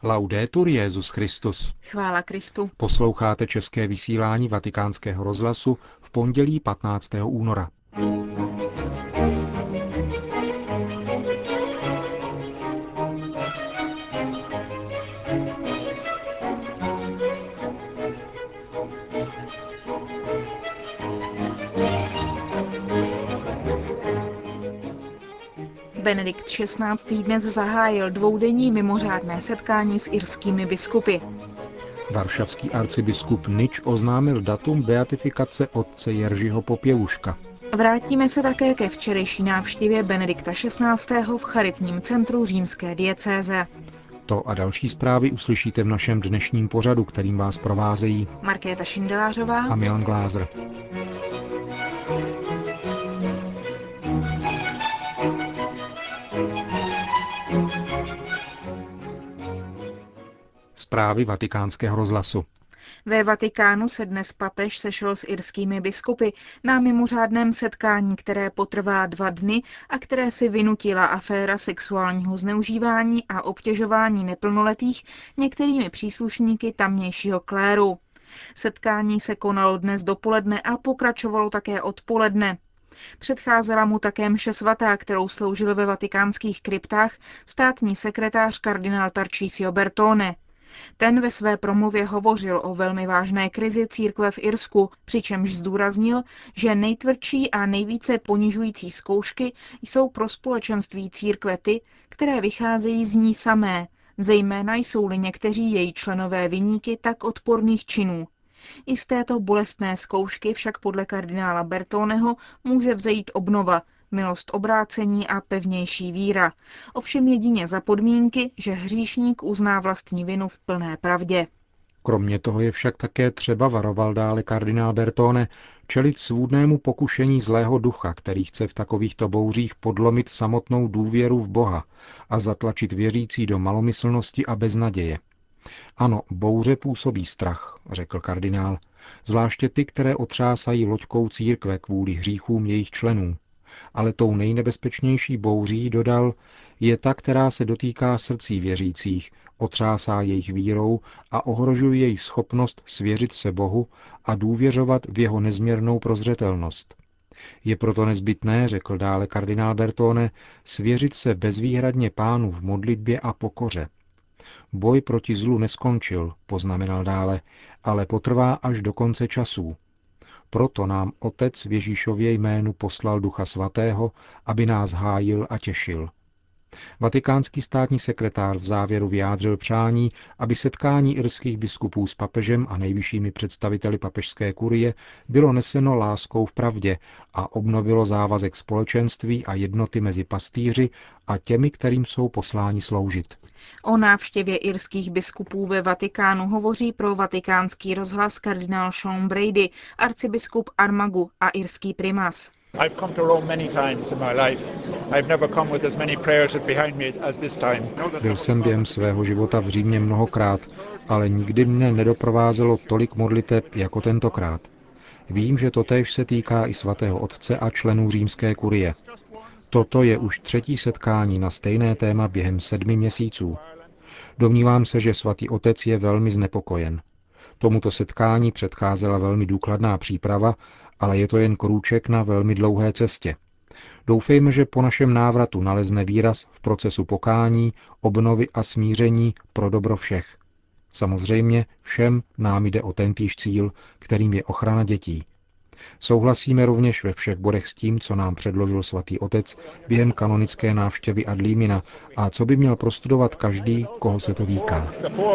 Laudetur Jesus Christus. Chvála Kristu. Posloucháte české vysílání Vatikánského rozhlasu v pondělí 15. února. Benedikt XVI. Dnes zahájil dvoudenní mimořádné setkání s irskými biskupy. Varšavský arcibiskup Nič oznámil datum beatifikace otce Jeržiho Popěluška. Vrátíme se také ke včerejší návštěvě Benedikta XVI. V charitním centru římské diecéze. To a další zprávy uslyšíte v našem dnešním pořadu, kterým vás provázejí Markéta Šindelářová a Milan Glázer. Zprávy Vatikánského rozhlasu. Ve Vatikánu se dnes papež sešel s irskými biskupy na mimořádném setkání, které potrvá 2 dny a které si vynutila aféra sexuálního zneužívání a obtěžování neplnoletých některými příslušníky tamnějšího kléru. Setkání se konalo dnes dopoledne a pokračovalo také odpoledne. Předcházela mu také mše svatá, kterou sloužil ve vatikánských kryptách státní sekretář kardinál Tarcísio Bertone. Ten ve své promluvě hovořil o velmi vážné krizi církve v Irsku, přičemž zdůraznil, že nejtvrdší a nejvíce ponižující zkoušky jsou pro společenství církve ty, které vycházejí z ní samé, zejména jsou-li někteří její členové viníky tak odporných činů. I z této bolestné zkoušky však podle kardinála Bertoneho může vzejít obnova, milost obrácení a pevnější víra. Ovšem jedině za podmínky, že hříšník uzná vlastní vinu v plné pravdě. Kromě toho je však také třeba, varoval dále kardinál Bertone, čelit svůdnému pokušení zlého ducha, který chce v takovýchto bouřích podlomit samotnou důvěru v Boha a zatlačit věřící do malomyslnosti a beznaděje. Ano, bouře působí strach, řekl kardinál, zvláště ty, které otřásají loďkou církve kvůli hříchům jejich členů. Ale tou nejnebezpečnější bouří, dodal, je ta, která se dotýká srdcí věřících, otřásá jejich vírou a ohrožuje jejich schopnost svěřit se Bohu a důvěřovat v jeho nezměrnou prozřetelnost. Je proto nezbytné, řekl dále kardinál Bertone, svěřit se bezvýhradně Pánu v modlitbě a pokoře. Boj proti zlu neskončil, poznamenal dále, ale potrvá až do konce časů. Proto nám Otec v Ježíšově jménu poslal Ducha Svatého, aby nás hájil a těšil. Vatikánský státní sekretář v závěru vyjádřil přání, aby setkání irských biskupů s papežem a nejvyššími představiteli papežské kurie bylo neseno láskou v pravdě a obnovilo závazek společenství a jednoty mezi pastýři a těmi, kterým jsou posláni sloužit. O návštěvě irských biskupů ve Vatikánu hovoří pro vatikánský rozhlas kardinál Sean Brady, arcibiskup Armagu a irský primas. Byl jsem během svého života v Římě mnohokrát, ale nikdy mne nedoprovázelo tolik modliteb jako tentokrát. Vím, že totéž se týká i svatého otce a členů římské kurie. Toto je už 3. setkání na stejné téma během 7 měsíců. Domnívám se, že svatý otec je velmi znepokojen. Tomuto setkání předcházela velmi důkladná příprava, ale je to jen krůček na velmi dlouhé cestě. Doufejme, že po našem návratu nalezne výraz v procesu pokání, obnovy a smíření pro dobro všech. Samozřejmě všem nám jde o tentýž cíl, kterým je ochrana dětí. Souhlasíme rovněž ve všech bodech s tím, co nám předložil svatý otec během kanonické návštěvy ad limina a co by měl prostudovat každý, koho se to týká.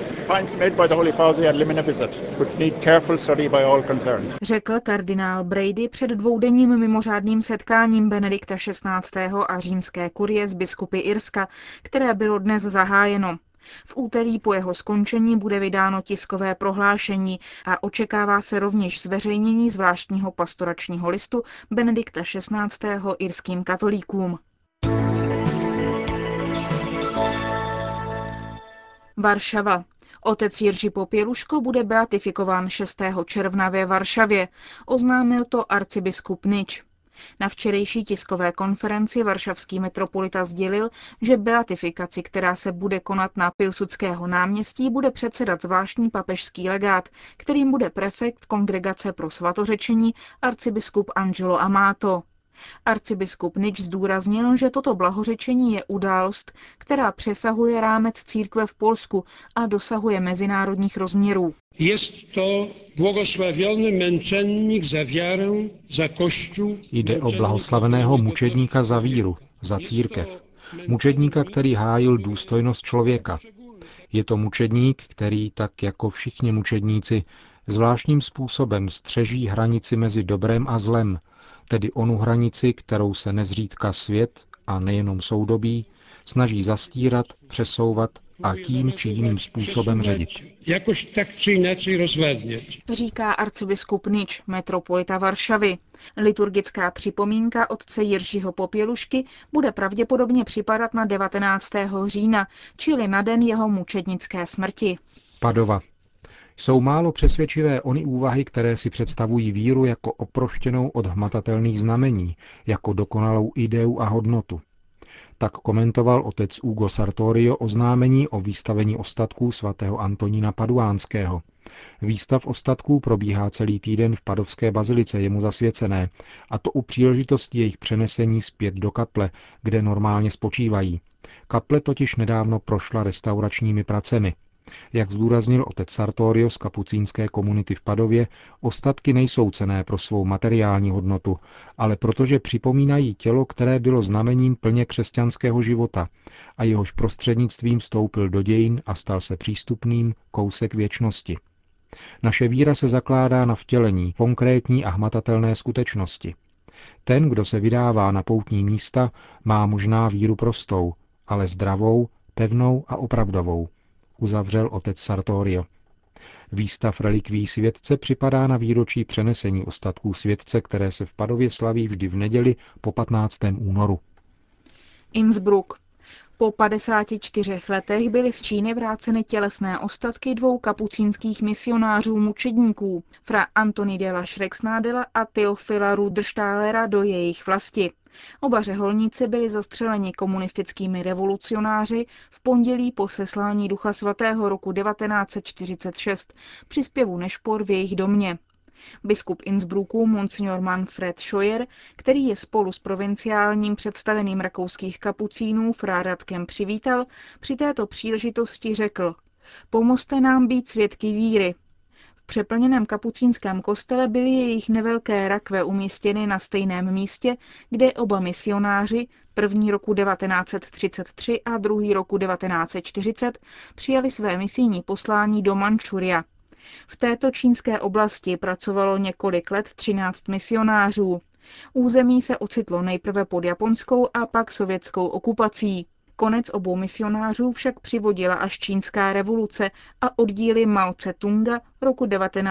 Řekl kardinál Brady před dvoudenním mimořádným setkáním Benedikta XVI. A římské kurie s biskupy Irska, které bylo dnes zahájeno. V úterý po jeho skončení bude vydáno tiskové prohlášení a očekává se rovněž zveřejnění zvláštního pastoračního listu Benedikta XVI. Irským katolíkům. Varšava. Otec Jiří Popěluško bude beatifikován 6. června ve Varšavě, oznámil to arcibiskup Nič. Na včerejší tiskové konferenci varšavský metropolita sdělil, že beatifikaci, která se bude konat na Pilsudského náměstí, bude předsedat zvláštní papežský legát, kterým bude prefekt Kongregace pro svatořečení arcibiskup Angelo Amato. Arcibiskup Nič zdůraznil, že toto blahořečení je událost, která přesahuje rámec církve v Polsku a dosahuje mezinárodních rozměrů. Jde o blahoslaveného mučedníka za víru, za církev. Mučedníka, který hájil důstojnost člověka. Je to mučedník, který, tak jako všichni mučedníci, zvláštním způsobem střeží hranici mezi dobrem a zlem, tedy onu hranici, kterou se nezřídka svět, a nejenom soudobí, snaží zastírat, přesouvat a tím či jiným způsobem ředit. Říká arcibiskup Nič, metropolita Varšavy. Liturgická připomínka otce Jiřího Popělušky bude pravděpodobně připadat na 19. října, čili na den jeho mučednické smrti. Padova. Jsou málo přesvědčivé ony úvahy, které si představují víru jako oproštěnou od hmatatelných znamení, jako dokonalou ideu a hodnotu. Tak komentoval otec Ugo Sartorio oznámení o výstavení ostatků svatého Antonína Paduánského. Výstav ostatků probíhá celý týden v Padovské bazilice jemu zasvěcené, a to u příležitosti jejich přenesení zpět do kaple, kde normálně spočívají. Kaple totiž nedávno prošla restauračními pracemi. Jak zdůraznil otec Sartorio z kapucínské komunity v Padově, ostatky nejsou cenné pro svou materiální hodnotu, ale protože připomínají tělo, které bylo znamením plně křesťanského života a jehož prostřednictvím vstoupil do dějin a stal se přístupným kousek věčnosti. Naše víra se zakládá na vtělení konkrétní a hmatatelné skutečnosti. Ten, kdo se vydává na poutní místa, má možná víru prostou, ale zdravou, pevnou a opravdovou, uzavřel otec Sartorio. Výstav relikví světce připadá na výročí přenesení ostatků světce, které se v Padově slaví vždy v neděli po 15. únoru. Innsbruck. Po 54 letech byly z Číny vráceny tělesné ostatky 2 kapucínských misionářů mučedníků, fra Antony de la Schrecksnadela a Theophila Ruderstálera, do jejich vlasti. Oba řeholníci byli zastřeleni komunistickými revolucionáři v pondělí po seslání Ducha svatého roku 1946 při zpěvu nešpor v jejich domě. Biskup Innsbrucku Monsignor Manfred Scheuer, který je spolu s provinciálním představeným rakouských kapucínů fra Radkem přivítal, při této příležitosti řekl: Pomozte nám být svědky víry. V přeplněném kapucínském kostele byly jejich nevelké rakve umístěny na stejném místě, kde oba misionáři, první roku 1933 a druhý roku 1940, přijali své misijní poslání do Mančuria. V této čínské oblasti pracovalo několik let 13 misionářů. Území se ocitlo nejprve pod japonskou a pak sovětskou okupací. Konec obou misionářů však přivodila až čínská revoluce a oddíly Mao Tse-tunga roku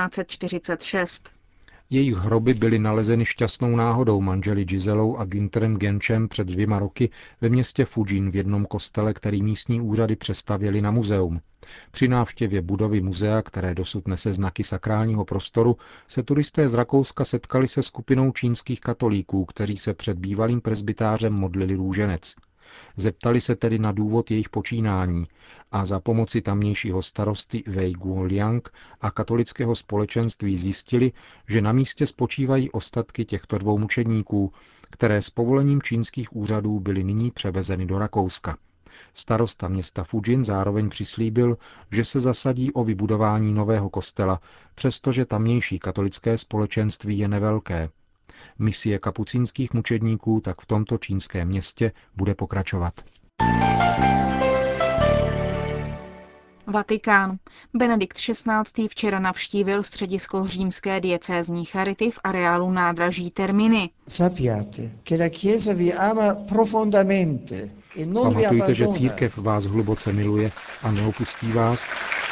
1946. Jejich hroby byly nalezeny šťastnou náhodou manželi Giselou a Günterem Genčem před 2 roky ve městě Fujin v jednom kostele, který místní úřady přestavěly na muzeum. Při návštěvě budovy muzea, které dosud nese znaky sakrálního prostoru, se turisté z Rakouska setkali se skupinou čínských katolíků, kteří se před bývalým presbytářem modlili růženec. Zeptali se tedy na důvod jejich počínání a za pomoci tamnějšího starosty Wei Guoliang a katolického společenství zjistili, že na místě spočívají ostatky těchto 2 mučedníků, které s povolením čínských úřadů byly nyní převezeny do Rakouska. Starosta města Fujin zároveň přislíbil, že se zasadí o vybudování nového kostela, přestože tamnější katolické společenství je nevelké. Misie kapucínských mučedníků tak v tomto čínském městě bude pokračovat. Vatikán. Benedikt XVI. Včera navštívil středisko římské diecézní charity v areálu nádraží Termini. Pamatujte, že církev vás hluboce miluje a neopustí vás,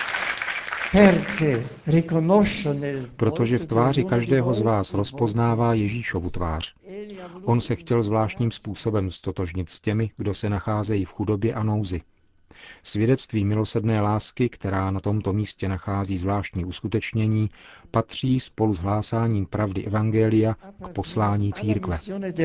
protože v tváři každého z vás rozpoznává Ježíšovu tvář. On se chtěl zvláštním způsobem ztotožnit s těmi, kdo se nacházejí v chudobě a nouzi. Svědectví milosrdné lásky, která na tomto místě nachází zvláštní uskutečnění, patří spolu s hlásáním pravdy evangelia k poslání církve.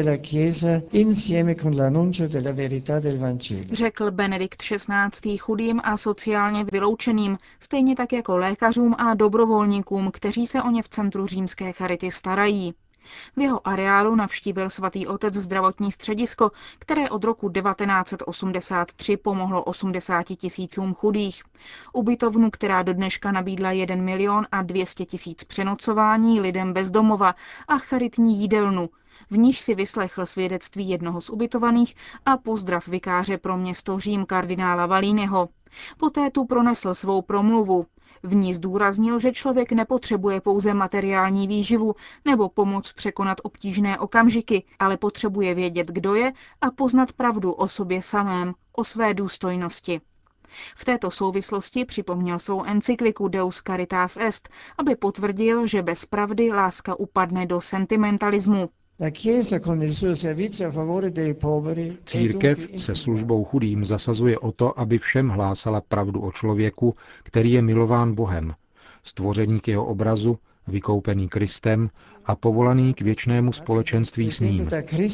Řekl Benedikt XVI. Chudým a sociálně vyloučeným, stejně tak jako lékařům a dobrovolníkům, kteří se o ně v centru římské charity starají. V jeho areálu navštívil svatý otec zdravotní středisko, které od roku 1983 pomohlo 80 000 chudých. Ubytovnu, která do dneška nabídla 1 200 000 přenocování lidem bez domova a charitní jídelnu, v níž si vyslechl svědectví jednoho z ubytovaných a pozdrav vikáře pro město Řím kardinála Valínyho. Poté tu pronesl svou promluvu. V ní zdůraznil, že člověk nepotřebuje pouze materiální výživu nebo pomoc překonat obtížné okamžiky, ale potřebuje vědět, kdo je a poznat pravdu o sobě samém, o své důstojnosti. V této souvislosti připomněl svou encykliku Deus Caritas Est, aby potvrdil, že bez pravdy láska upadne do sentimentalismu. Církev se službou chudým zasazuje o to, aby všem hlásala pravdu o člověku, který je milován Bohem, stvořený k jeho obrazu, vykoupený Kristem a povolaný k věčnému společenství s ním.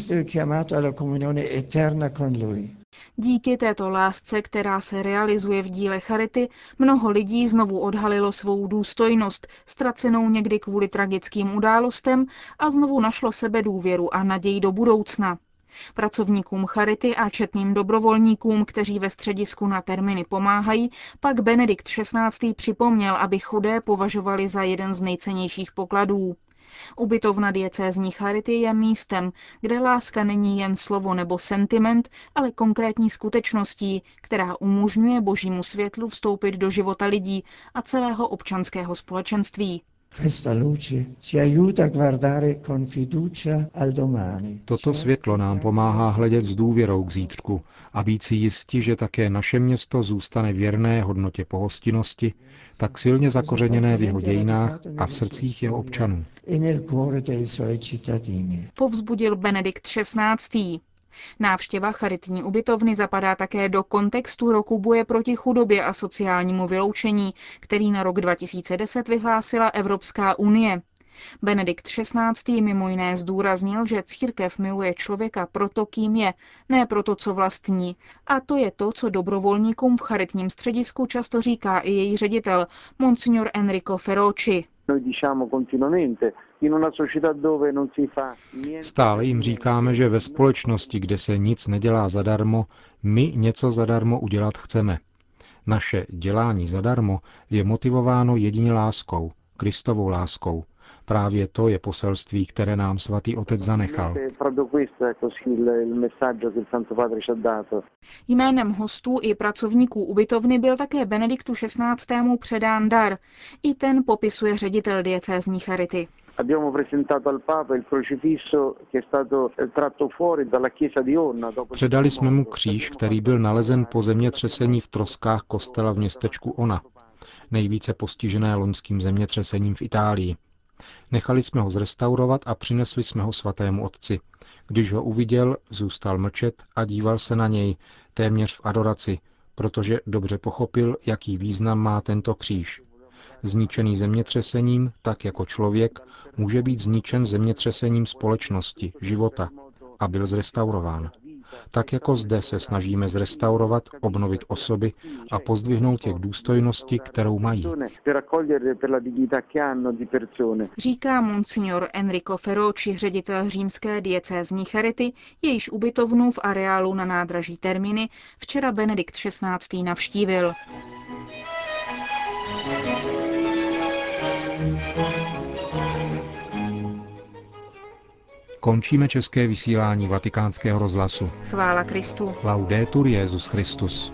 Díky této lásce, která se realizuje v díle charity, mnoho lidí znovu odhalilo svou důstojnost, ztracenou někdy kvůli tragickým událostem, a znovu našlo sebedůvěru a naději do budoucna. Pracovníkům charity a četným dobrovolníkům, kteří ve středisku na termíny pomáhají, pak Benedikt XVI. Připomněl, aby chudé považovali za jeden z nejcennějších pokladů. Ubytovna diecézní charity je místem, kde láska není jen slovo nebo sentiment, ale konkrétní skutečností, která umožňuje božímu světlu vstoupit do života lidí a celého občanského společenství. Toto světlo nám pomáhá hledět s důvěrou k zítřku a být si jisti, že také naše město zůstane věrné hodnotě pohostinnosti, tak silně zakořeněné v jeho dějinách a v srdcích jeho občanů. Povzbudil Benedikt XVI. Návštěva charitní ubytovny zapadá také do kontextu roku boje proti chudobě a sociálnímu vyloučení, který na rok 2010 vyhlásila Evropská unie. Benedikt XVI. Mimo jiné zdůraznil, že církev miluje člověka proto, kým je, ne proto, co vlastní. A to je to, co dobrovolníkům v charitním středisku často říká i její ředitel, monsignor Enrico Ferroci. Stále jim říkáme, že ve společnosti, kde se nic nedělá zadarmo, my něco zadarmo udělat chceme. Naše dělání zadarmo je motivováno jedině láskou, Kristovou láskou. Právě to je poselství, které nám svatý otec zanechal. Jménem hostů i pracovníků ubytovny byl také Benediktu XVI. Předán dar. I ten popisuje ředitel diecézní charity. Předali jsme mu kříž, který byl nalezen po zemětřesení v troskách kostela v městečku Ona, nejvíce postižené loňským zemětřesením v Itálii. Nechali jsme ho zrestaurovat a přinesli jsme ho svatému otci. Když ho uviděl, zůstal mlčet a díval se na něj, téměř v adoraci, protože dobře pochopil, jaký význam má tento kříž. Zničený zemětřesením, tak jako člověk, může být zničen zemětřesením společnosti, života, a byl zrestaurován. Tak jako zde se snažíme zrestaurovat, obnovit osoby a pozdvihnout je k důstojnosti, kterou mají. Říká monsignor Enrico Ferroci, ředitel římské diecézní charity, jejíž ubytovnu v areálu na nádraží Termini včera Benedikt XVI. Navštívil. Končíme české vysílání Vatikánského rozhlasu. Chvála Kristu. Laudetur Jesus Christus.